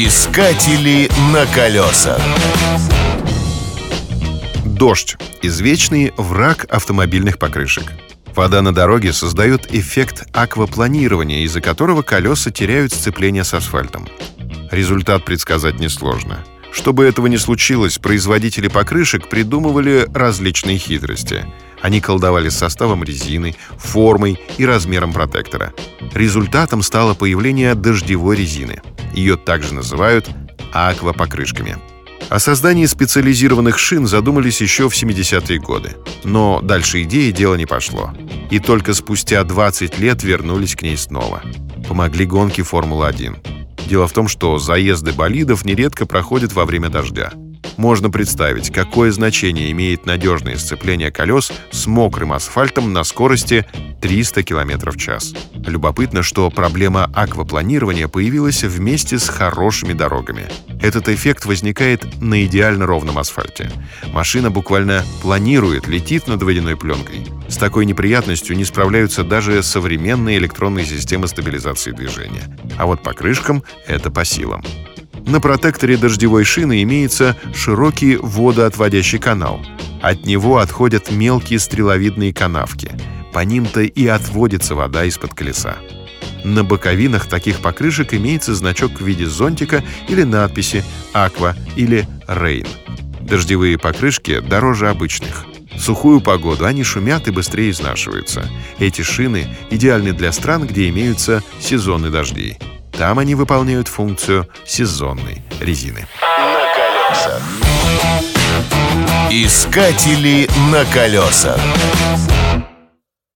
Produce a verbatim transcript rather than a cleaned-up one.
Искатели на колесах. Дождь – извечный враг автомобильных покрышек. Вода на дороге создает эффект аквапланирования, из-за которого колеса теряют сцепление с асфальтом. Результат предсказать несложно. Чтобы этого не случилось, производители покрышек придумывали различные хитрости. Они колдовали с составом резины, формой и размером протектора. Результатом стало появление дождевой резины. Ее также называют аквапокрышками. О создании специализированных шин задумались еще в семидесятые годы. Но дальше идеи дело не пошло. И только спустя двадцать лет вернулись к ней снова. Помогли гонки Формулы один. Дело в том, что заезды болидов нередко проходят во время дождя. Можно представить, какое значение имеет надежное сцепление колес с мокрым асфальтом на скорости триста километров в час. Любопытно, что проблема аквапланирования появилась вместе с хорошими дорогами. Этот эффект возникает на идеально ровном асфальте. Машина буквально планирует, летит над водяной пленкой. С такой неприятностью не справляются даже современные электронные системы стабилизации движения. А вот покрышкам это по силам. На протекторе дождевой шины имеется широкий водоотводящий канал. От него отходят мелкие стреловидные канавки. По ним-то и отводится вода из-под колеса. На боковинах таких покрышек имеется значок в виде зонтика или надписи «Аква» или «Рейн». Дождевые покрышки дороже обычных. В сухую погоду они шумят и быстрее изнашиваются. Эти шины идеальны для стран, где имеются сезонные дожди. Там они выполняют функцию сезонной резины. На колесах. Искатели на колесах.